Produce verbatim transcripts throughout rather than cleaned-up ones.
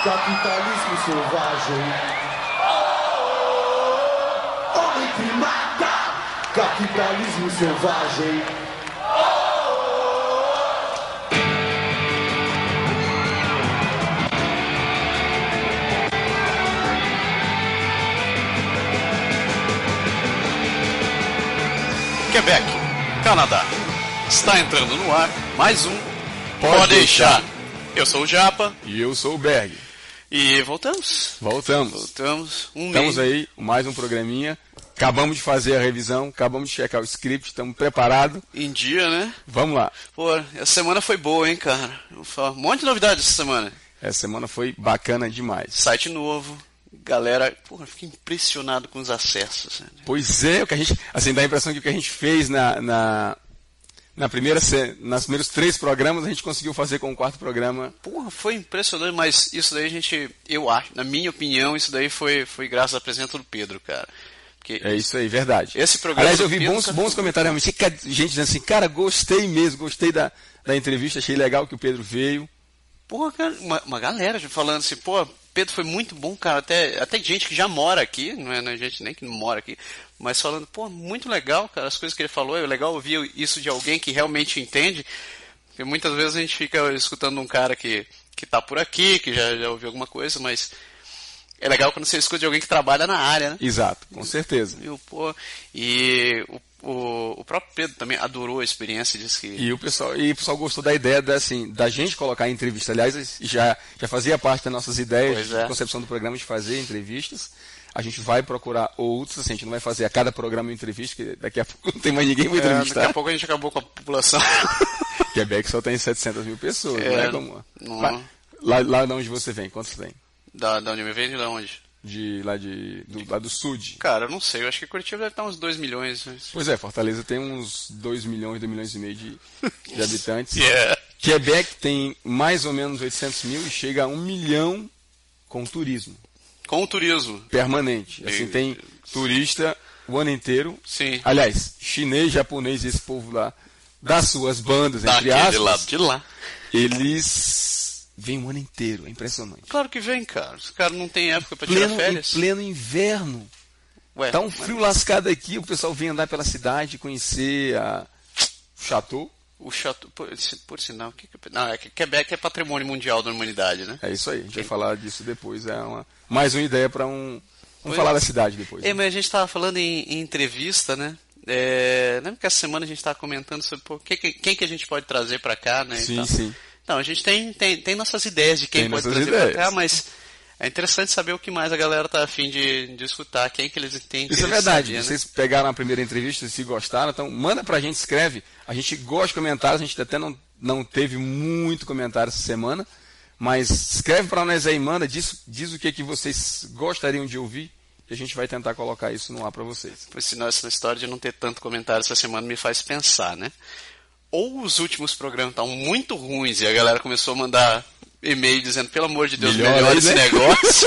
Capitalismo selvagem. Homem que mata. Capitalismo selvagem. Quebec, Canadá. Está entrando no ar mais um Pode, Pode deixar. deixar. Eu sou o Japa. E eu sou o Berg. E voltamos. Voltamos. Voltamos. Um Estamos mês. aí, mais um programinha. Acabamos de fazer a revisão, acabamos de checar o script, estamos preparados. Em dia, né? Vamos lá. Pô, essa semana foi boa, hein, cara? Vou falar um monte de novidades essa semana. Essa semana foi bacana demais. Site novo. Galera, porra, fiquei impressionado com os acessos. Né? Pois é, o que a gente, assim, dá a impressão que o que a gente fez na, na, na primeira, nas primeiros três programas, a gente conseguiu fazer com o quarto programa. Porra, foi impressionante, mas isso daí a gente, eu acho, na minha opinião, isso daí foi, foi graças à presença do Pedro, cara. Porque é isso aí, verdade. Esse programa Aliás, eu vi bons, bons comentários, realmente, gente dizendo assim, cara, gostei mesmo, gostei da, da entrevista, achei legal que o Pedro veio. Porra, cara, uma, uma galera falando assim, pô, Pedro foi muito bom, cara, até, até gente que já mora aqui, não é, não é gente nem que não mora aqui, mas falando, pô, muito legal, cara, as coisas que ele falou, é legal ouvir isso de alguém que realmente entende, porque muitas vezes a gente fica escutando um cara que, que tá por aqui, que já, já ouviu alguma coisa, mas é legal quando você escuta de alguém que trabalha na área, né? Exato, com certeza. E, pô, e o, o, o próprio Pedro também adorou a experiência, disse que... E o pessoal, e o pessoal gostou da ideia da, assim, da gente colocar entrevista. Aliás, já, já fazia parte das nossas ideias é. de concepção do programa de fazer entrevistas. A gente vai procurar outros, assim, a gente não vai fazer a cada programa uma entrevista, que daqui a pouco não tem mais ninguém para entrevistar. É, daqui a pouco a gente acabou com a população. Quebec só tem setecentas mil pessoas, é, né? Como... Não... Lá, lá de onde você vem, quantos tem? Da, da onde eu venho e da onde? De lá, de, do, lá do sul. Cara, eu não sei, eu acho que Curitiba deve estar uns dois milhões. Mas... Pois é, Fortaleza tem uns dois milhões, dois milhões e meio de, de habitantes. Yeah. Quebec tem mais ou menos oitocentos mil e chega a um milhão com turismo. Com o turismo. Permanente. Assim, e... tem turista o ano inteiro. Sim. Aliás, chinês, japonês, esse povo lá, das suas bandas, Daqui, entre aspas, de lá, de lá. eles... vem o ano inteiro, é impressionante. Claro que vem, cara. Os caras não tem época pra pleno, tirar férias. Em pleno inverno. Ué, tá um frio mas... lascado aqui, o pessoal vem andar pela cidade, conhecer a... o Chateau. O Chateau, por, por sinal, que que... não, é que Quebec é patrimônio mundial da humanidade, né? É isso aí, a gente vai falar disso depois. É uma... mais uma ideia para um... Vamos pois falar é. da cidade depois. É, né? mas a gente estava falando em, em entrevista, né? É... Lembra que essa semana a gente estava comentando sobre pô, quem, quem que a gente pode trazer para cá, né? Sim, então, sim. Então, a gente tem, tem, tem nossas ideias de quem tem pode trazer ideias. pra cá, mas é interessante saber o que mais a galera tá afim de, de escutar, quem que eles entendem. Isso é verdade, saber, vocês né? pegaram a primeira entrevista e se gostaram, então manda pra gente, escreve. A gente gosta de comentários, a gente até não, não teve muito comentário essa semana, mas escreve pra nós aí, manda, diz, diz o que, que vocês gostariam de ouvir, e a gente vai tentar colocar isso no ar pra vocês. Pois senão essa história de não ter tanto comentário essa semana me faz pensar, né? Ou os últimos programas estavam muito ruins e a galera começou a mandar e-mail dizendo, pelo amor de Deus, melhora, melhora esse né? negócio.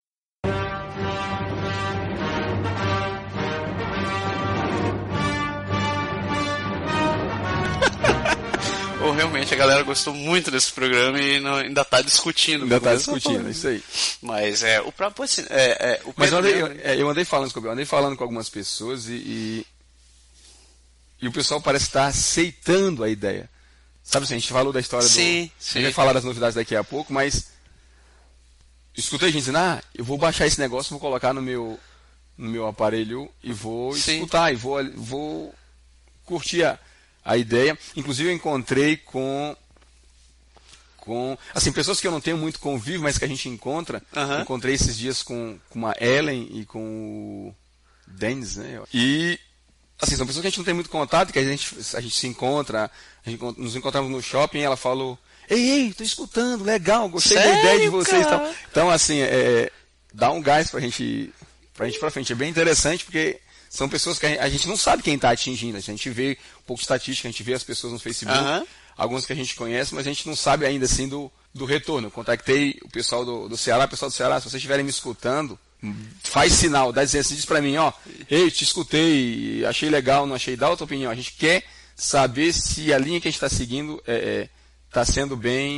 Ou realmente a galera gostou muito desse programa e não, ainda está discutindo. Ainda está discutindo, é isso aí. Mas é, o próprio... Assim, é, é, o Mas eu andei, eu, eu andei falando, eu andei falando com algumas pessoas e... e... E o pessoal parece estar aceitando a ideia. Sabe assim, a gente falou da história sim, do... Sim, A gente vai falar das novidades daqui a pouco, mas... Escutei gente dizendo, ah, eu vou baixar esse negócio, vou colocar no meu, no meu aparelho e vou sim. escutar, e vou, vou curtir a, a ideia. Inclusive eu encontrei com... com assim, pessoas que eu não tenho muito convívio, mas que a gente encontra. Uh-huh. Encontrei esses dias com, com a Ellen e com o Dennis, né? E... Assim, são pessoas que a gente não tem muito contato, que a gente, a gente se encontra, a gente nos encontramos no shopping e ela falou, ei, ei, tô escutando, legal, gostei Sério, da ideia de vocês e tal. tal. Então, assim, é, dá um gás pra gente, pra gente pra frente. É bem interessante porque são pessoas que a gente, a gente não sabe quem está atingindo. A gente vê um pouco de estatística, a gente vê as pessoas no Facebook, uh-huh. algumas que a gente conhece, mas a gente não sabe ainda assim do, do retorno. Eu contactei o pessoal do, do Ceará, o pessoal do Ceará, se vocês estiverem me escutando, faz sinal, dá dizer, diz pra mim, ó, ei, te escutei, achei legal, não achei, dá outra opinião. A gente quer saber se a linha que a gente está seguindo está é, é, sendo bem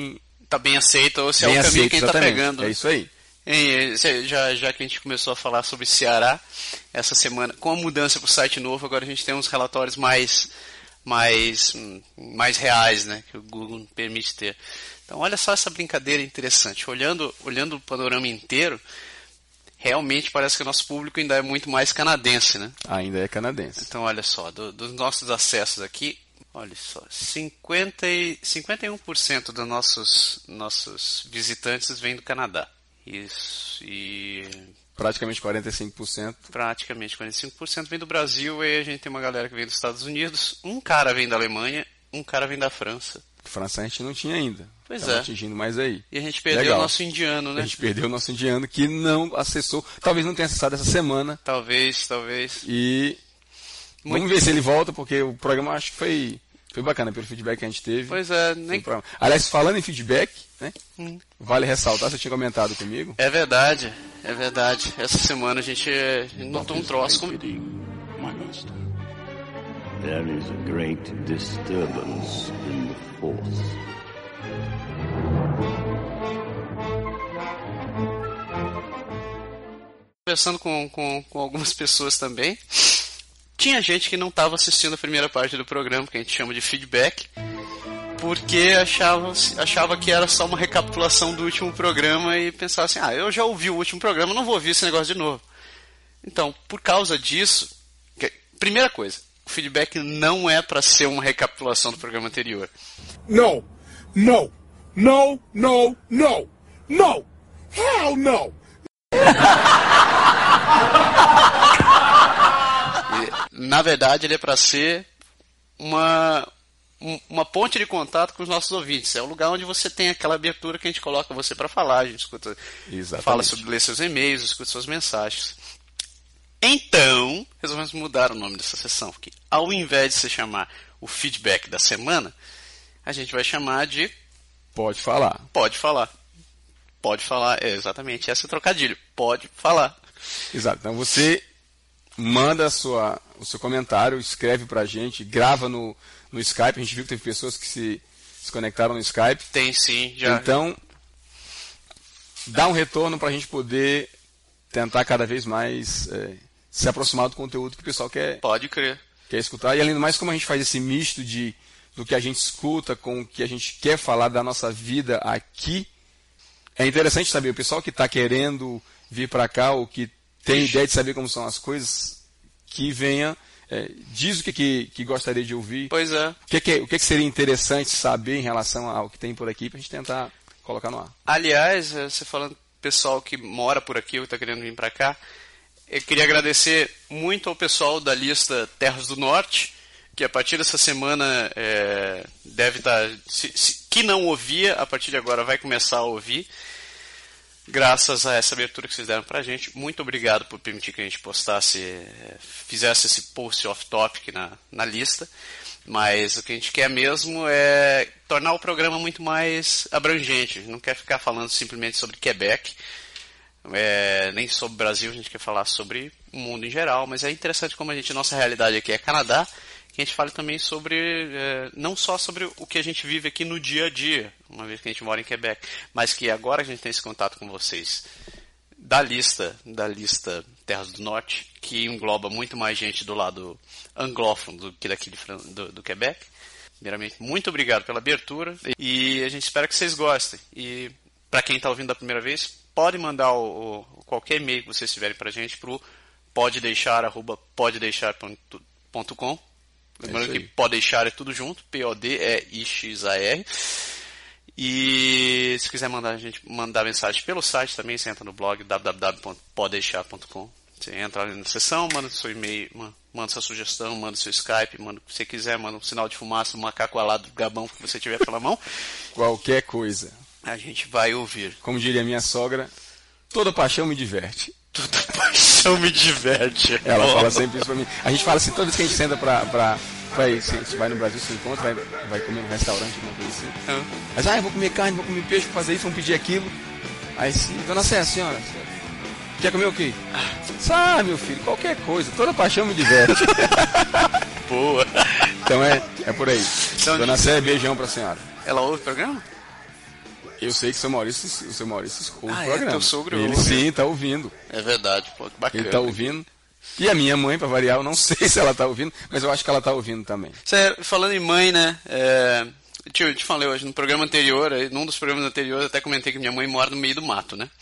tá bem aceito ou se bem é o caminho aceito, que a gente tá pegando. É isso aí. E, já, já que a gente começou a falar sobre Ceará, essa semana, com a mudança para o site novo, agora a gente tem uns relatórios mais, mais, mais reais, né, que o Google permite ter. Então, olha só essa brincadeira interessante. Olhando, olhando o panorama inteiro, realmente parece que o nosso público ainda é muito mais canadense, né? Ainda é canadense. Então, olha só, do, dos nossos acessos aqui, olha só, cinquenta e, cinquenta e um por cento dos nossos, nossos visitantes vêm do Canadá. Isso, e... Praticamente quarenta e cinco por cento. Praticamente quarenta e cinco por cento vem do Brasil, e a gente tem uma galera que vem dos Estados Unidos, um cara vem da Alemanha, um cara vem da França. França a gente não tinha ainda. Pois Tava é. atingindo mais aí. E a gente perdeu Legal. o nosso indiano, né? A gente perdeu o nosso indiano que não acessou, talvez não tenha acessado essa semana. Talvez, talvez. E Muito... vamos ver se ele volta, porque o programa acho que foi, foi bacana pelo feedback que a gente teve. Pois é, nem... Aliás, falando em feedback, né? Hum. Vale ressaltar, você tinha comentado comigo. É verdade, é verdade. Essa semana a gente notou um troço como... There is a great disturbance in the force. Conversando com, com, com algumas pessoas também, tinha gente que não estava assistindo a primeira parte do programa, que a gente chama de feedback, porque achava, achava que era só uma recapitulação do último programa e pensava assim, ah, eu já ouvi o último programa, não vou ouvir esse negócio de novo. Então, por causa disso, que, primeira coisa, o feedback não é para ser uma recapitulação do programa anterior. No, no, no, no, no, no, hell no! Na verdade, ele é para ser uma, uma ponte de contato com os nossos ouvintes. É o lugar onde você tem aquela abertura que a gente coloca você para falar, a gente escuta, Exatamente. Fala sobre ler seus e-mails, escuta suas mensagens. Então, resolvemos mudar o nome dessa sessão, porque ao invés de se chamar o feedback da semana, a gente vai chamar de... Pode falar. Pode falar. Pode falar, é exatamente esse trocadilho. Pode falar. Exato. Então você manda a sua, o seu comentário, escreve pra gente, grava no, no Skype. A gente viu que teve pessoas que se, se conectaram no Skype. Tem sim, já. Então, dá um retorno pra gente poder tentar cada vez mais é, se aproximar do conteúdo que o pessoal quer, Pode crer. quer escutar. E além do mais, como a gente faz esse misto de, do que a gente escuta com o que a gente quer falar da nossa vida aqui, é interessante saber, o pessoal que está querendo vir para cá, ou que tem ideia de saber como são as coisas, que venha, é, diz o que, que, que gostaria de ouvir. Pois é. O que, que, o que, que seria interessante saber em relação ao que tem por aqui, para a gente tentar colocar no ar. Aliás, você falando pessoal que mora por aqui ou está querendo vir para cá, eu queria agradecer muito ao pessoal da lista Terras do Norte, que a partir dessa semana é, deve estar... Tá, se, se, que não ouvia, a partir de agora vai começar a ouvir, graças a essa abertura que vocês deram pra gente. Muito obrigado por permitir que a gente postasse, fizesse esse post off-topic na, na lista. Mas o que a gente quer mesmo é tornar o programa muito mais abrangente. A gente não quer ficar falando simplesmente sobre Quebec, é, nem sobre o Brasil, a gente quer falar sobre o mundo em geral. Mas é interessante como a gente, nossa realidade aqui é Canadá, que a gente fale também sobre, é, não só sobre o que a gente vive aqui no dia a dia, uma vez que a gente mora em Quebec, mas que agora a gente tem esse contato com vocês da lista, da lista Terras do Norte, que engloba muito mais gente do lado anglófono do que daqui de, do, do Quebec. Primeiramente, muito obrigado pela abertura e a gente espera que vocês gostem. E para quem está ouvindo da primeira vez, pode mandar o, o, qualquer e-mail que vocês tiverem para a gente para o podedeixar arroba podedeixar ponto com. Lembrando é que pode deixar é tudo junto, P O D E I X A R. E se quiser mandar a gente mandar mensagem pelo site também, você entra no blog w w w ponto podeixar ponto com. Você entra ali na seção, manda seu e-mail, manda sua sugestão, manda seu Skype, manda o que você quiser, manda um sinal de fumaça, um macaco alado do gabão que você tiver pela mão. Qualquer coisa. A gente vai ouvir. Como diria minha sogra, toda paixão me diverte. Toda paixão me diverte. Ela oh. fala sempre isso pra mim. A gente fala assim, toda vez que a gente senta pra, pra, pra ir, se a gente vai no Brasil, se encontra, vai, vai comer no restaurante, alguma coisa assim. Uhum. Mas, ah, eu vou comer carne, vou comer peixe, vou fazer isso, vou pedir aquilo. Aí, sim, dona Sé, senhora, quer comer o quê? Ah, meu filho, qualquer coisa, toda paixão me diverte. Boa. Então é, é por aí. Então, dona Sé, beijão pra senhora. Ela ouve o programa? Eu sei que o seu Maurício, o seu Maurício ouve Ah, o é, programa. teu sogro Ele ouve. sim, tá ouvindo. É verdade, pô, que bacana. Ele tá ouvindo. E a minha mãe, pra variar, eu não sei se ela tá ouvindo, mas eu acho que ela tá ouvindo também. Sério, falando em mãe, né? É... Eu te falei hoje, no programa anterior, num dos programas anteriores, eu até comentei que minha mãe mora no meio do mato, né?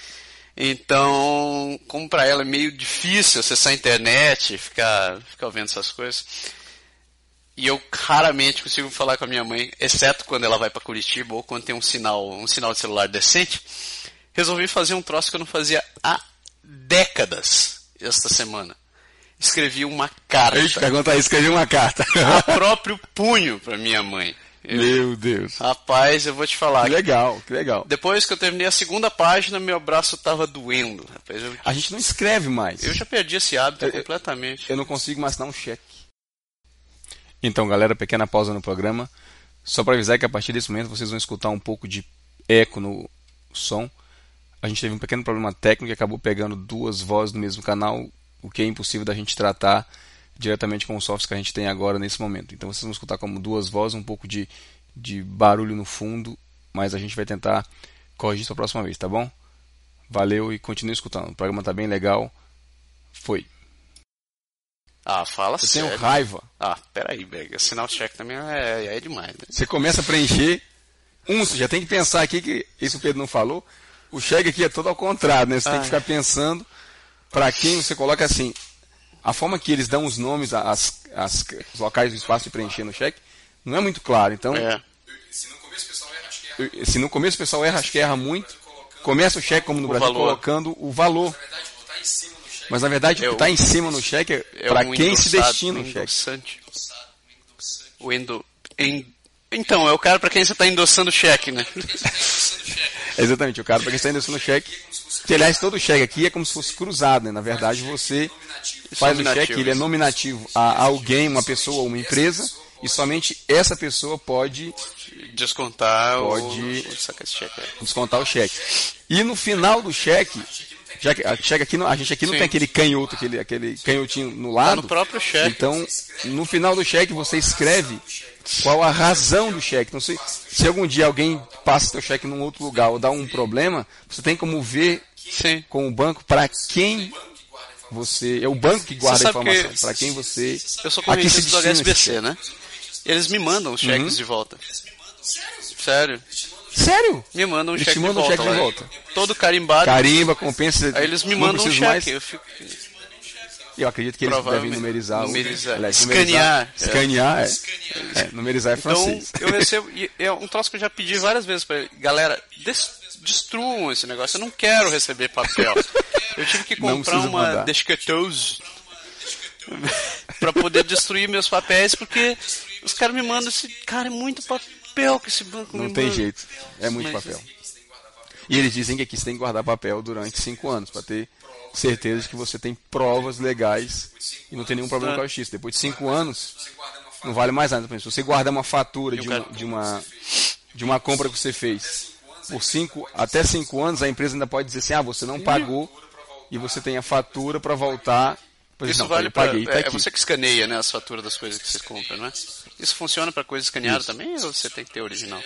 Então, como pra ela é meio difícil acessar a internet, ficar, ficar ouvindo essas coisas, e eu raramente consigo falar com a minha mãe, exceto quando ela vai pra Curitiba ou quando tem um sinal, um sinal de celular decente, resolvi fazer um troço que eu não fazia há décadas esta semana. Escrevi uma carta. Eu ia te perguntar isso, escrevi uma carta. A próprio punho pra minha mãe. Eu, Meu Deus. Rapaz, eu vou te falar. Que legal, que legal. Depois que eu terminei a segunda página, meu braço tava doendo. Rapaz, eu, A gente não escreve mais. eu já perdi esse hábito Eu- completamente. Eu não consigo mais dar um cheque. Então, galera, pequena pausa no programa. Só para avisar que a partir desse momento vocês vão escutar um pouco de eco no som. A gente teve um pequeno problema técnico e acabou pegando duas vozes no mesmo canal, o que é impossível da gente tratar diretamente com os softwares que a gente tem agora nesse momento. Então vocês vão escutar como duas vozes, um pouco de, de barulho no fundo, mas a gente vai tentar corrigir isso a próxima vez, tá bom? Valeu e continue escutando. O programa tá bem legal. Foi. Ah, fala Eu sério. tenho raiva. Ah, peraí, Bega. Sinal check também é, é demais, né? Você começa a preencher. Um, você já tem que pensar aqui que isso o Pedro não falou. O cheque aqui é todo ao contrário, né? Você tem que ficar pensando para quem você coloca assim. A forma que eles dão os nomes, as, as, os locais do espaço de preencher no cheque, não é muito claro. Então, É. se no começo o pessoal erra, acho que erra, se no começo o pessoal erra, acho que erra muito. Começa o cheque, como no O Brasil, valor. colocando o valor. Mas na verdade, o É que o- está em cima no cheque é, É para um quem se endossado, destina um o cheque. endossante. O endo... en- Então, é o cara para quem você está endossando o cheque, né? Exatamente, o cara para quem está endossando o cheque. Que, aliás, todo cheque aqui é como se fosse cruzado, né? Na verdade, você faz o cheque, ele é nominativo a alguém, uma pessoa ou uma empresa, e somente essa pessoa pode Descontar Pode- o... o... Saca esse cheque. é. descontar o cheque. E no final do cheque, já que, a, cheque aqui, não- a gente aqui não Sim. tem aquele canhoto, aquele, aquele canhotinho no lado. no próprio cheque. Então, no final do cheque, você escreve qual a razão do cheque. Então, se, se algum dia alguém passa seu cheque num outro lugar ou dá um problema, você tem como ver Sim. com o banco para quem você... É o banco que guarda Você a sabe informação. que Para quem você... Eu sou a que se correntista do destina H S B esse C, cheque. né? Eles me mandam os cheques Uhum. de volta. Sério? Sério? Me mandam um Eles cheque te mandam de um volta. cheque de lá. volta. Todo carimbado. Carimba, compensa... Aí eles me não mandam um preciso cheque. mais. Eu fico... Eu acredito que eles devem Provavelmente. numerizar. o- Numerizar. aliás, Escanear. Escanear, é. É, numerizar é Então, francês. eu recebo... e é um troço que eu já pedi várias vezes pra ele. Galera, des- destruam esse negócio. Eu não quero receber papel. Eu tive que Não comprar precisa uma mandar. desquetose pra poder destruir meus papéis, porque os caras me mandam esse... Cara, é muito papel que esse banco Não me tem manda. jeito. É muito Mas- papel. E eles dizem que aqui você tem que guardar papel durante cinco anos, para ter certeza de que você tem provas legais e não tem nenhum problema Ah. com a justiça. Depois de cinco anos, não vale mais nada. Por exemplo, se você guardar uma fatura de, o um- cara- de uma, de uma compra que você fez por cinco, até cinco anos, a empresa ainda pode dizer assim, ah, você não pagou e você tem a fatura para voltar. Por Isso exemplo, não, vale eu pra... paguei, tá é, aqui. é você que escaneia, né, as faturas das coisas que você compra, não é? Isso funciona para coisa escaneada também ou você tem que ter original?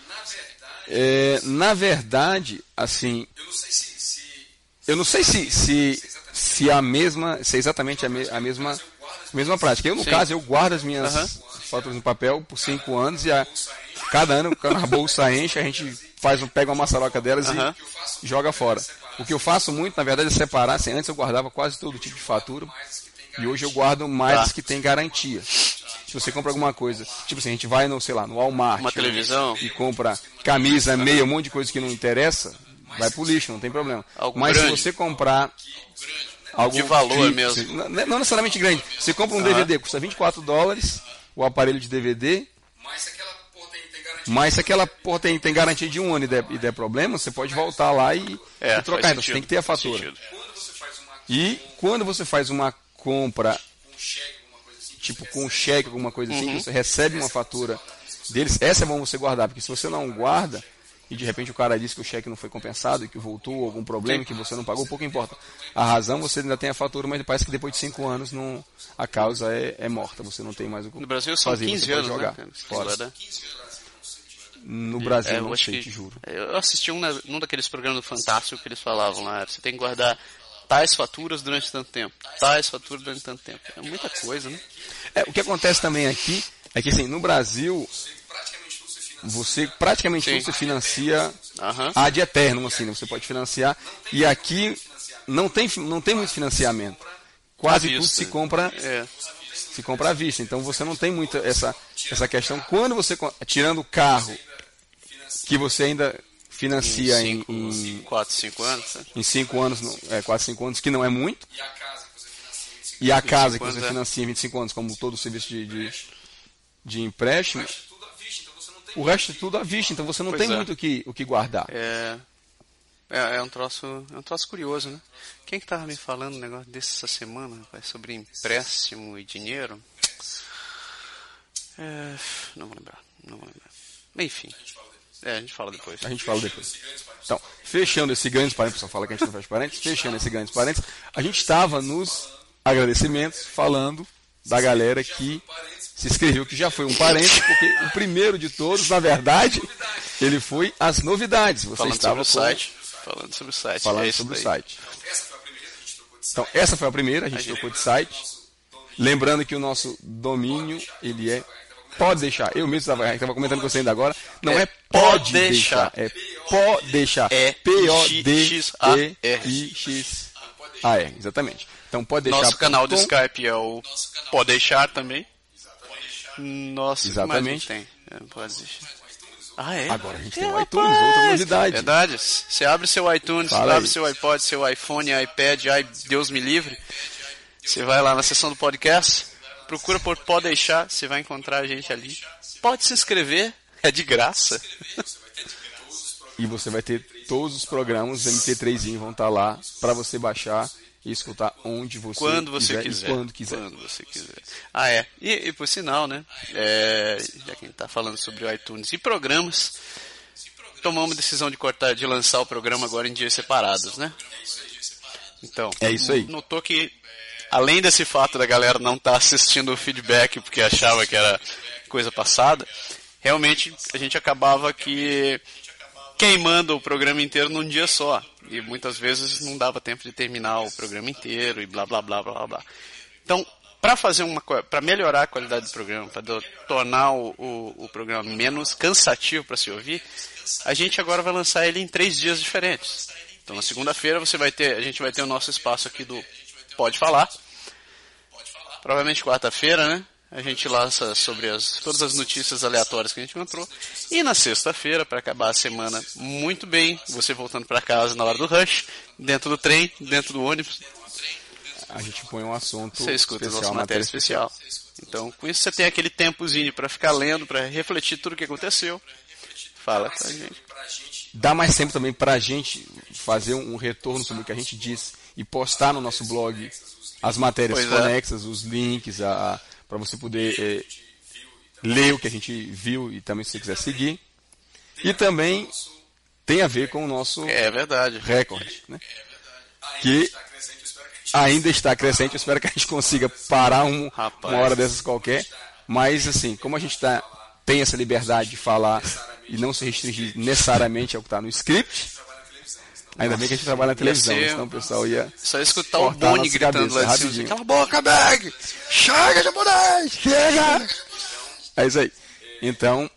É, na verdade, assim, eu não sei se se, se a mesma, se é exatamente a, me, a mesma, a mesma prática. Eu no Sim. caso eu guardo as minhas Aham. faturas no papel por cinco anos e a, cada ano quando a bolsa enche a gente faz um, pega uma maçaroca delas Aham. e joga fora. O que eu faço muito, na verdade, é separar. Assim, antes eu guardava quase todo tipo de fatura e hoje eu guardo mais Tá. as que tem garantia. Se você compra alguma coisa, tipo assim, a gente vai no, sei lá, no Walmart Uma televisão. e compra camisa, meia, um monte de coisa que não interessa, vai pro lixo, não tem problema. Algo Mas grande. se você comprar algo De valor que- mesmo. Não, não necessariamente grande. Você compra um Aham. D V D, custa vinte e quatro dólares, o aparelho de D V D, mas se aquela porra tem, tem garantia de um ano e der, e der problema, você pode voltar lá e, É, e trocar. faz Então você sentido, tem que ter a faz fatura. sentido. E quando você faz uma compra, tipo com cheque, alguma coisa assim, Uhum. que você recebe uma fatura deles, essa é bom você guardar, porque se você não guarda, e de repente o cara disse que o cheque não foi compensado, e que voltou algum problema, que você não pagou, pouco importa. A razão, você ainda tem a fatura, mas parece que depois de cinco anos não, a causa é, é morta, você não tem mais o que No Brasil são fazer, quinze você pode anos, jogar né, cara? Você fora. guarda. No Brasil, é, eu não acho sei, que, te juro. Eu assisti um na, num daqueles programas do Fantástico que eles falavam lá, você tem que guardar tais faturas durante tanto tempo, tais faturas durante tanto tempo. É muita coisa, né? É, o que acontece também aqui é que, assim, no Brasil, você praticamente Sim. tudo se financia Aham. ad eterno, assim, né? Você pode financiar. E aqui não tem, não tem muito financiamento. Quase À tudo vista. se compra, É. se compra à vista. Então você não tem muito essa, essa questão. Quando você, tirando o carro, que você ainda financia em, cinco, em, quatro, cinco anos. Né? em cinco anos, é, quatro, cinco anos, que não é muito. E a casa que anos, você é. financia em vinte e cinco anos, como todo o serviço de, de, de empréstimo, o resto é tudo à vista, então você não Pois tem é. muito o que, o que guardar. É, é, é um troço, é um troço curioso, né? Quem que tava me falando um negócio desse essa semana, rapaz, sobre empréstimo e dinheiro? É, não vou lembrar, não vou lembrar. Enfim, é, a gente fala depois. A gente fala depois. Então, fechando esse grande parênteses, só fala que a gente não faz parênteses, fechando esse grande parênteses, a gente estava nos agradecimentos falando da galera que se inscreveu, que já foi um parênteses, porque o primeiro de todos, na verdade, ele foi as novidades. Você Falando estava sobre o com- site. Falando sobre o site. falando é isso sobre o daí. site. Então, essa foi a primeira, a gente trocou de site. Lembrando que o nosso domínio, ele é pode deixar. Eu mesmo estava comentando com você ainda agora. Não é, É pode pode deixar. deixar. É pode deixar. É P O D X A E R. I X A R. Exatamente. Então pode deixar. Nosso canal do com- Skype é o Pode Deixar também. Nossa, Exatamente. que mais a gente tem? É, pode deixar. Ah, é? Agora a gente tem É, o iTunes, rapaz. outra novidade. Verdade. Você abre seu iTunes, Fala abre aí. seu iPod, seu iPhone, iPad, ai, Deus me livre. Você vai lá na seção do podcast, procura por Pode Deixar, você vai encontrar a gente ali. Pode se inscrever, é de graça. E você vai ter todos os programas, os M P três vão estar lá para você baixar e escutar onde você Quando você quiser, quiser. e quando quiser. Quando você quiser. Ah, é. E, e por sinal, né? É, já que a gente está falando sobre o iTunes e programas, tomamos a decisão de cortar, de lançar o programa agora em dias separados, né? Então, É isso aí. notou que, além desse fato da galera não estar assistindo o feedback porque achava que era coisa passada, realmente a gente acabava que queimando o programa inteiro num dia só. E muitas vezes não dava tempo de terminar o programa inteiro e blá blá blá blá blá. Então, para fazer uma para melhorar a qualidade do programa, para tornar o, o, o programa menos cansativo para se ouvir, a gente agora vai lançar ele em três dias diferentes. Então, na segunda-feira você vai ter, a gente vai ter o nosso espaço aqui do Pode Falar. Provavelmente quarta-feira, né? A gente lança sobre as, todas as notícias aleatórias que a gente encontrou. E na sexta-feira, para acabar a semana muito bem, você voltando para casa na hora do rush, dentro do trem, dentro do ônibus, A gente põe um assunto você escuta a especial, nossa matéria especial. Então, com isso você tem aquele tempozinho para ficar lendo, para refletir tudo o que aconteceu. Fala com a gente. Dá mais tempo também para a gente fazer um retorno sobre o que a gente disse e postar no nosso blog as matérias Pois é. conexas, os links, a, para você poder é, ler o que a gente viu e também se você quiser seguir. E também tem a ver com o nosso É verdade. recorde, né? Que ainda está crescente. Eu espero que a gente consiga parar um, Rapaz. uma hora dessas qualquer. Mas, assim, como a gente tá, tem essa liberdade de falar e não se restringir necessariamente ao que está no script, ainda bem que a gente trabalha na televisão, ser- senão o pessoal ia... Só escutar o cortar a Boni nossa gritando cabeça, lá de cima. rapidinho. assim, Cala a boca, Bag! Chega, japonês! Chega! É isso aí. Então,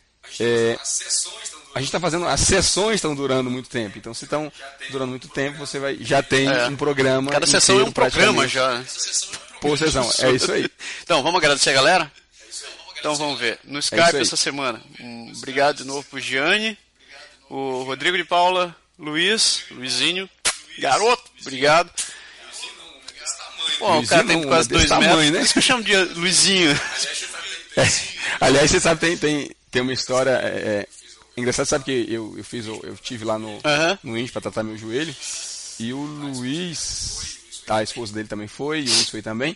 é, a gente está fazendo... As sessões estão durando muito tempo. Então, se estão durando muito tempo, você vai, já tem É. um programa Cada sessão é inteiro, um programa praticamente, já. né? por sessão. É isso aí. Então, vamos agradecer a galera? Então vamos ver. No Skype aí. essa semana. Um, obrigado de novo pro Gianni, o Rodrigo de Paula, Luiz, Luizinho, garoto, obrigado. Pô, o Luizinho cara tem não, quase desse dois tamanho, metros. né? Por isso que eu chamo de Luizinho. É. Aliás, você sabe, tem, tem, tem uma história é, é, engraçada, sabe que eu, eu fiz, eu tive lá no, Aham. no I N S para tratar meu joelho, e o Luiz, a esposa dele também foi, e o Luiz foi também.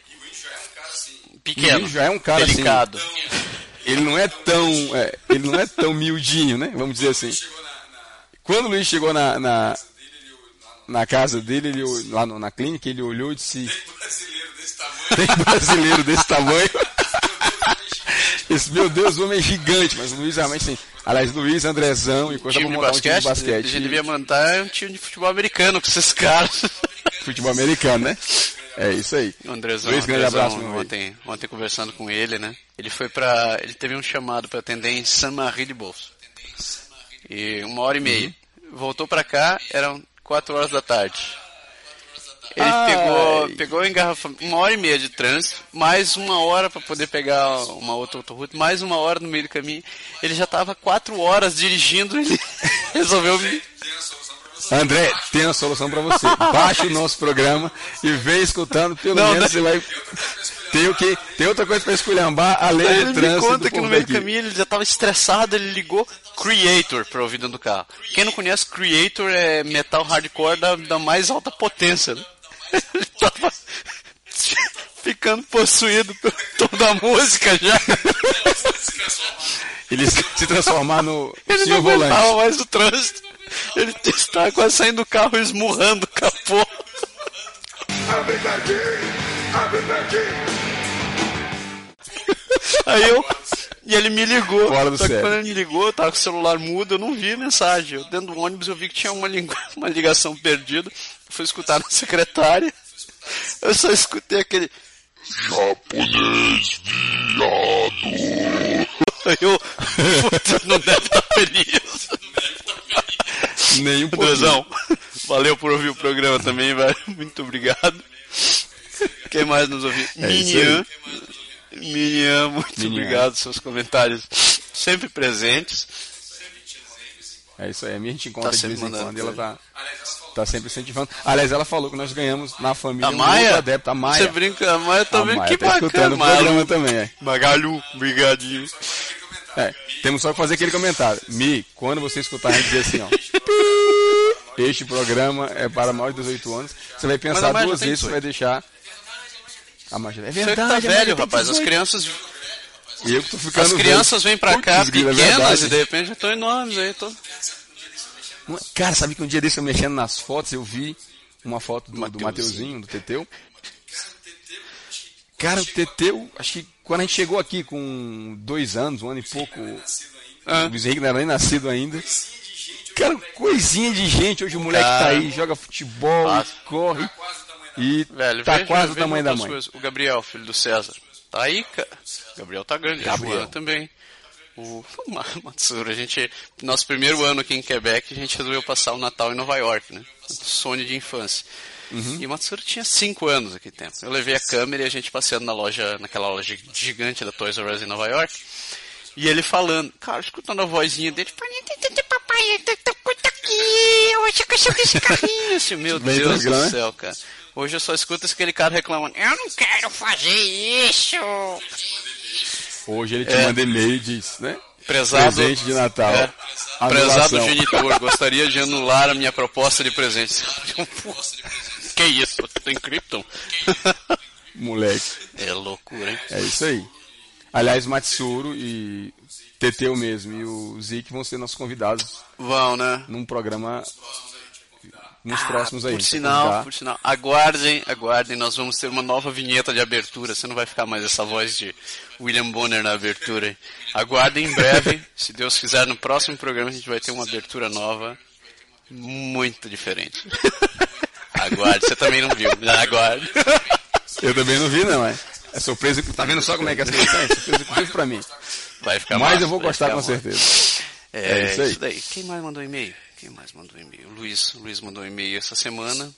O Pequeno. Luiz já é um cara delicado. assim, ele não é tão, é, ele não é tão miudinho, né? Vamos dizer assim. Quando o Luiz chegou na, na, na casa dele, ele, lá no, na clínica, ele olhou e disse: tem brasileiro desse tamanho? Esse, meu Deus, o homem é gigante, mas o Luiz realmente sim. Aliás, Luiz, Andrezão e coisa pra montar um time de basquete. A gente devia mandar um time de futebol americano com esses caras. Futebol americano, né? É isso aí. O Andrezão, Luiz, grande Andrezão, abraço, meu ontem, ontem conversando com ele, né? Ele foi pra. Ele teve um chamado pra atender em Saint-Marie-de-Beauce. E uma hora e meia. Uhum. Voltou pra cá, eram quatro horas da tarde. Ele pegou, pegou engarrafamento, uma hora e meia de trânsito, mais uma hora para poder pegar uma outra autoroute, mais uma hora no meio do caminho. Ele já estava quatro horas dirigindo, ele resolveu me... André, tem uma solução para você. Baixa o nosso programa e vem escutando, pelo não, menos não... você vai... Tem, o que, tem outra coisa para esculhambar, além ele do trânsito. Ele me conta que no meio aqui. do caminho ele já estava estressado, ele ligou Creator para ouvir dentro do carro. Quem não conhece, Creator é metal hardcore da, da mais alta potência, né? Ele tava ficando possuído por toda a música já. Ele se transformar no ele senhor não aguentava volante. mais o trânsito. Ele estava quase saindo do carro esmurrando o capô. Aí eu... E ele me ligou. Fora do Só que sério. quando ele me ligou, eu tava com o celular mudo, eu não vi a mensagem. Eu, dentro do ônibus eu vi que tinha uma, ling... uma ligação perdida. Fui escutar na secretária. Eu só escutei aquele... Japonês viado. Aí eu... Puta, não deve estar feliz. Nem um pouquinho. Andrezão, valeu por ouvir o programa também, velho. Muito obrigado. Quem mais nos ouviu? É Minian. Minian, muito Minian. obrigado pelos seus comentários sempre presentes. É isso aí, a minha gente encontra Tá de vez em mandando quando e ela coisa. tá, tá sempre incentivando. Aliás, ela falou que nós ganhamos na família A um Maia? outro adepto, a Maia. Você brinca, a Maia também, A Maia que tá escutando bacana, o programa Malu. também, é. Magalu, brigadinho. É, temos só que fazer aquele comentário. Mi, quando você escutar a gente dizer assim, ó. Este programa é para maiores de dezoito anos. Você vai Mas a pensar Maia já duas tem vezes, você vai deixar. A Maia é Você que verdade, tá a Maia velho, tem rapaz. As dezoito. crianças, E eu que tô ficando as crianças vêm pra velho. cá Putz, grila, é pequenas verdade. e de repente já estão enormes aí. Tô... Cara, sabe que um dia desse eu mexendo nas fotos, eu vi uma foto do, do Mateuzinho. Mateuzinho, do Teteu. Cara, o Teteu, acho que quando a gente chegou aqui com dois anos, um ano e pouco, Ah. o Luiz Henrique não era nem nascido ainda. Cara, coisinha de gente, hoje o moleque Cara. tá aí, joga futebol, Ah. corre e Velho, tá veja- quase o veja tamanho da outras mãe. coisas. O Gabriel, filho do César, tá aí, cara. O Gabriel tá grande, Gabriel. a Joana também. O o Matsura, a gente, nosso primeiro ano aqui em Quebec, a gente resolveu passar o Natal em Nova York, né? Sonho de infância. Uhum. E o Matsura tinha cinco anos aqui tempo. Eu levei a câmera e a gente passeando na loja, naquela loja gigante da Toys R Us em Nova York. E ele falando, cara, escutando a vozinha dele, papai, cuida aqui, hoje eu quero esse carrinho. Assim, meu Bem Deus tranquilo, do né? céu, cara. Hoje eu só escuto aquele cara reclamando, eu não quero fazer isso. Hoje ele te É. manda e-mail e diz, né? Prezado, Presente de Natal. É, Anulação. prezado genitor, gostaria de anular a minha proposta de presente. Que isso? Tem Krypton? Moleque. É loucura, hein? É isso aí. Aliás, Matsuro e Teteu mesmo e o Zik vão ser nossos convidados Vão, né? num programa nos próximos aí. Por Pra sinal, convidar. por sinal, aguardem, aguardem, nós vamos ter uma nova vinheta de abertura, você não vai ficar mais essa voz de William Bonner na abertura. Hein? Aguardem em breve, se Deus quiser, no próximo programa a gente vai ter uma abertura nova, muito diferente. Aguarde, você também não viu, aguarde. Eu também não vi, não, é. É surpresa, tá vendo só como é que as coisas são? É surpresa exclusiva pra mim. Vai ficar Mas massa, eu vou vai gostar ficar com massa. certeza. É, É isso aí. isso daí. Quem mais mandou e-mail? Quem mais mandou e-mail? O Luiz, o Luiz mandou e-mail essa semana.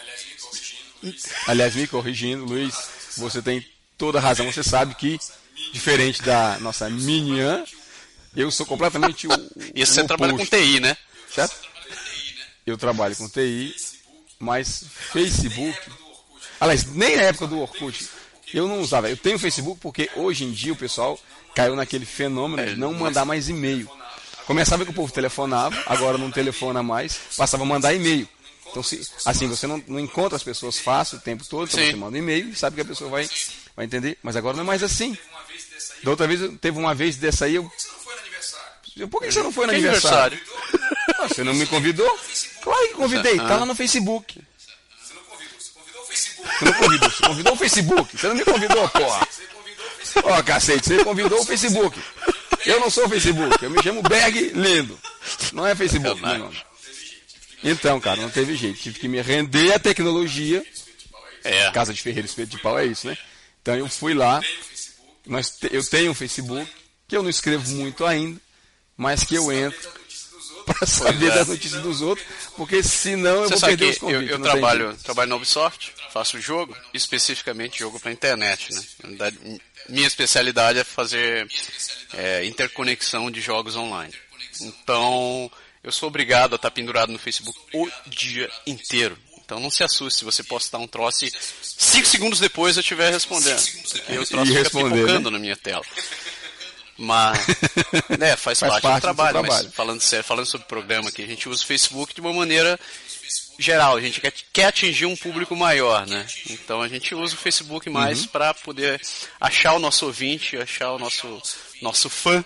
Aliás, me corrigindo, Luiz, você tem toda a razão. Você sabe que, diferente da nossa Minian, eu sou completamente o, E o você trabalha com oposto, T I, né? certo? Eu trabalho com T I, mas Facebook... Aliás, nem na época do Orkut, eu não usava. Eu tenho Facebook porque hoje em dia o pessoal caiu naquele fenômeno de não mandar mais e-mail. Começava que o povo telefonava, agora não telefona mais, passava a mandar e-mail. Então, se, assim, você não, não encontra as pessoas fácil o tempo todo, então Sim. você manda um e-mail e sabe que a pessoa vai, vai entender. Mas agora não é mais assim. Da outra vez, teve uma vez dessa aí, eu... eu por que você não foi no Que aniversário? aniversário? Ah, você não me convidou? Claro que convidei, tá lá no Facebook. Você não convidou, você convidou o Facebook. Você não me convidou, porra. Ó, cacete, você convidou o Facebook. Eu não sou o Facebook, eu me chamo Berg Lindo. Não é Facebook, meu nome. Então, cara, não teve jeito. Tive que me render à tecnologia. É. Casa de Ferreira Espeto de Pau é isso, né? Então eu fui lá. Nós te, eu tenho um Facebook, que eu não escrevo muito ainda, mas que eu entro para saber é. das notícias dos outros, porque senão eu Você vou sabe perder que os convites. Eu, eu trabalho, trabalho na Ubisoft, faço jogo, especificamente jogo para internet, né? Minha especialidade é fazer é, interconexão de jogos online. Então, eu sou obrigado a estar pendurado no Facebook o dia inteiro. Então não se assuste se você postar um troço e cinco segundos depois eu estiver respondendo. Porque o troço fica pipocando, né, na minha tela. Mas, né, faz, faz parte, parte do trabalho. Do trabalho. Mas falando sério, falando sobre o programa aqui, a gente usa o Facebook de uma maneira geral. A gente quer, quer atingir um público maior, né? Então a gente usa o Facebook mais uhum. para poder achar o nosso ouvinte, achar o nosso, nosso fã.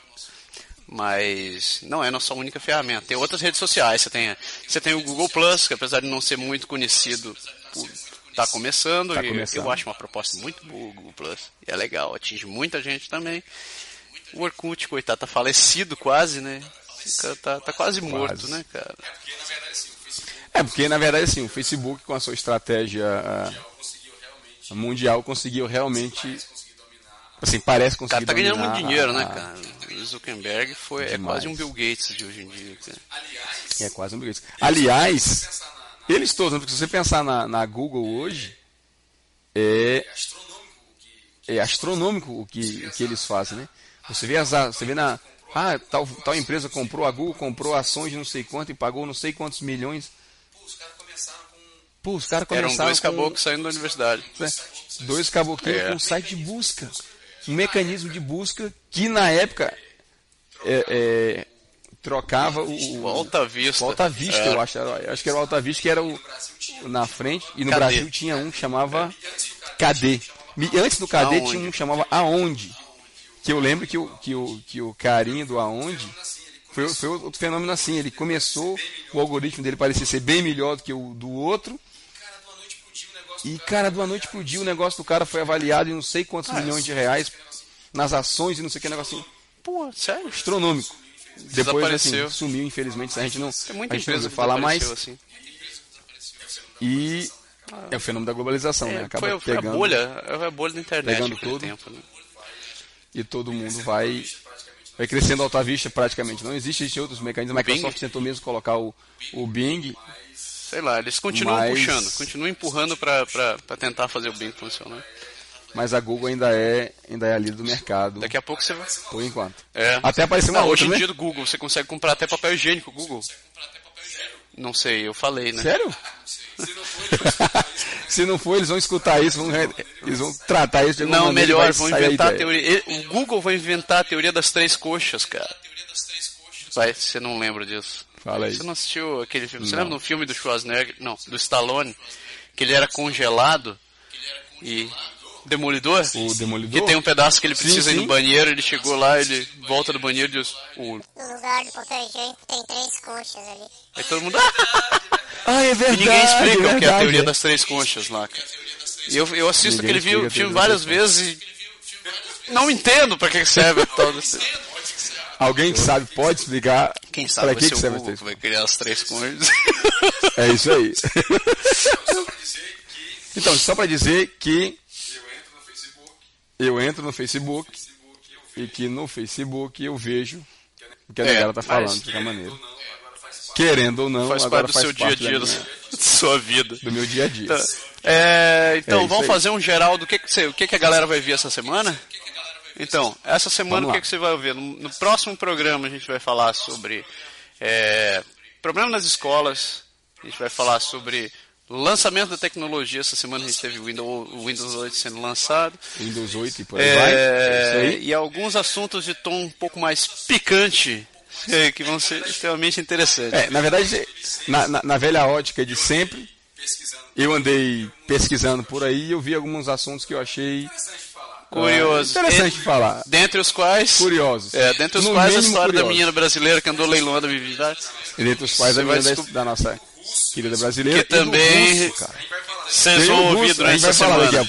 Mas não é a nossa única ferramenta. Tem outras redes sociais. Você tem, você tem o Google Plus, que apesar de não ser muito conhecido, está começando. Tá e começando. Eu acho uma proposta muito boa o Google Plus. E é legal, atinge muita gente também. O Orkut, coitado, tá falecido quase, né? Tá, tá quase morto, quase. né, cara? É, porque na verdade assim, o Facebook com a sua estratégia uh, mundial conseguiu realmente... Assim, parece conseguir. O cara tá ganhando muito dinheiro, a, né, cara? O Zuckerberg foi, é quase um Bill Gates de hoje em dia, cara. É quase um Bill Gates. Aliás, eles todos, porque se você pensar na, na Google hoje, é, é astronômico o que, o que eles fazem, né? Você vê, as, você vê na. Ah, tal, tal empresa comprou a Google, comprou ações de não sei quanto e pagou não sei quantos milhões. Pô, os caras começaram Eram dois com... caboclos saindo da universidade. É, dois caboclinhos é. com um site de busca. Um mecanismo de busca que na época é, é, trocava o, o Alta Vista. O Alta Vista, é. eu acho. Eu acho que era o Alta Vista que era o, o na frente. E no Cadê? Brasil tinha um que chamava Cadê. E antes do Cadê Aonde? tinha um que chamava Aonde. Que eu lembro que o, que o, que o carinho do Aonde foi, foi outro fenômeno assim. Ele começou, o algoritmo dele parecia ser bem melhor do que o do outro. E, cara, de uma noite pro dia o negócio do cara foi avaliado em não sei quantos ah, milhões de reais nas ações e não sei o que, negocinho. Pô, sério? Astronômico. Depois, assim, sumiu, infelizmente. A gente não, Tem muita a gente não empresa ouviu falar mais. Assim. E ah, é o fenômeno da globalização, é, né? Acaba foi, foi pegando, a bolha, foi a bolha da internet pegando tudo. Tempo, né? E todo mundo vai, vai crescendo à alta vista praticamente. Não existe, existe outros mecanismos. A Microsoft tentou mesmo colocar o, o Bing. Sei lá, eles continuam mas... puxando, continuam empurrando para tentar fazer o Bing funcionar. Mas a Google ainda é, ainda é a líder do mercado. Daqui a pouco você vai. Por enquanto. É. Até apareceu uma não, outra, hoje em né? dia do Google, você consegue comprar até papel higiênico Google. Não sei, eu falei, né? Sério? Se não for, eles vão escutar isso, vão, eles vão tratar isso de alguma não, maneira. Não, melhor, vão inventar a, a teoria. O Google vai inventar a teoria das três coxas, cara. Vai, você não lembra disso. Fala aí. Você não assistiu aquele filme? Você não. lembra do filme do Schwarzenegger? Não, do Stallone, que ele era congelado e... Demolidor? O Demolidor? Que tem um pedaço que ele precisa sim, sim. ir no banheiro, ele chegou lá, ele volta do banheiro e diz... O... No lugar do papel higiênico tem três conchas ali. Aí todo mundo... Ah, é verdade. E ninguém explica é o que é a teoria é. das três conchas lá, cara. E eu, eu assisto Ninguém aquele filme várias vezes e... Não entendo pra que serve tal desse... Alguém que sabe pode explicar Quem sabe pra que, que serve Google, as três vai criar as três conchas. É isso aí. Então, só pra dizer que eu entro no Facebook e que no Facebook eu vejo o que a galera tá falando de qualquer maneira. Querendo ou não, faz agora parte do faz seu parte dia a dia, da, da minha, sua vida. do meu dia a dia. Então, é, então é vamos aí. fazer um geral do que, que, você, o que, que a galera vai ver essa semana? Então, essa semana o que, que você vai ver? No, no próximo programa a gente vai falar sobre é, problema nas escolas, a gente vai falar sobre lançamento da tecnologia. Essa semana a gente teve o Windows, o Windows oito sendo lançado. Windows oito e por aí é, vai. É isso aí. E alguns assuntos de tom um pouco mais picante, é, que vão ser extremamente interessantes. É, na verdade, na, na, na velha ótica de sempre, eu andei pesquisando por aí e eu vi alguns assuntos que eu achei curiosos. Uh, interessante de falar. Dentre os quais... Curiosos. É, dentre os no quais a história curiosos. da menina brasileira que andou leiloando a vividade. E dentre os quais Você a menina descob... da nossa querida brasileira. Que também russo, vocês vão ouvir russo, durante a gente vai essa falar semana. daqui a pouco.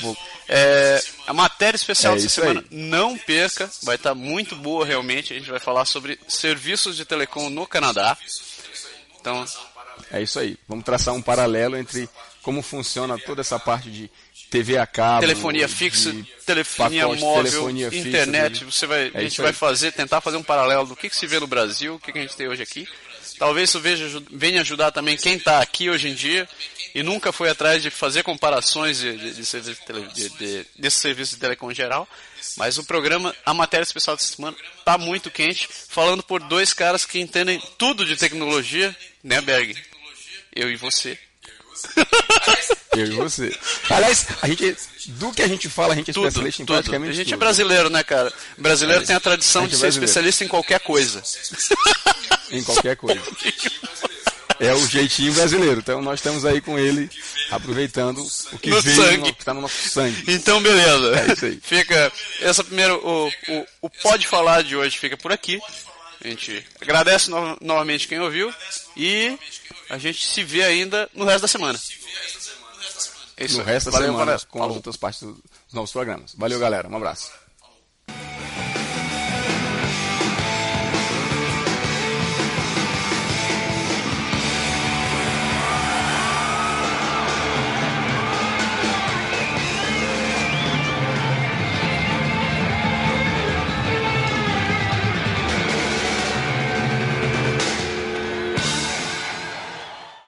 É, a matéria especial É dessa isso semana, aí. não perca, vai estar muito boa realmente. A gente vai falar sobre serviços de telecom no Canadá. Então, É isso aí. Vamos traçar um paralelo entre como funciona toda essa parte de T V a cabo, telefonia fixa, de telefonia pacote de móvel, telefonia fixa, internet. tudo. Você vai, É a gente isso vai aí. fazer, tentar fazer um paralelo do que, que se vê no Brasil, o que, que a gente tem hoje aqui. Talvez isso veja, venha ajudar também quem está aqui hoje em dia e nunca foi atrás de fazer comparações de, de, de, serviço de, tele, de, de desse serviço de telecom em geral. Mas o programa, a matéria especial dessa semana, está muito quente, falando por dois caras que entendem tudo de tecnologia, né, Berg? Eu e você. Eu e você. Aliás, a gente, do que a gente fala, a gente é Tudo, especialista em tudo. praticamente A gente tudo. é brasileiro, né, cara? O brasileiro É, tem a tradição a gente de é ser brasileiro. especialista em qualquer coisa. Em qualquer coisa. É o jeitinho brasileiro. Então nós estamos aí com ele, aproveitando o que No veio, sangue. no, que está no nosso sangue. Então, beleza. É isso aí. Fica. Essa primeira. O, o, o Pode Falar de hoje fica por aqui. A gente agradece no, novamente quem ouviu. E a gente se vê ainda no resto da semana. É isso No aí. resto da Valeu, semana, galera. com as Falou. outras partes dos novos programas. Valeu, galera. Um abraço.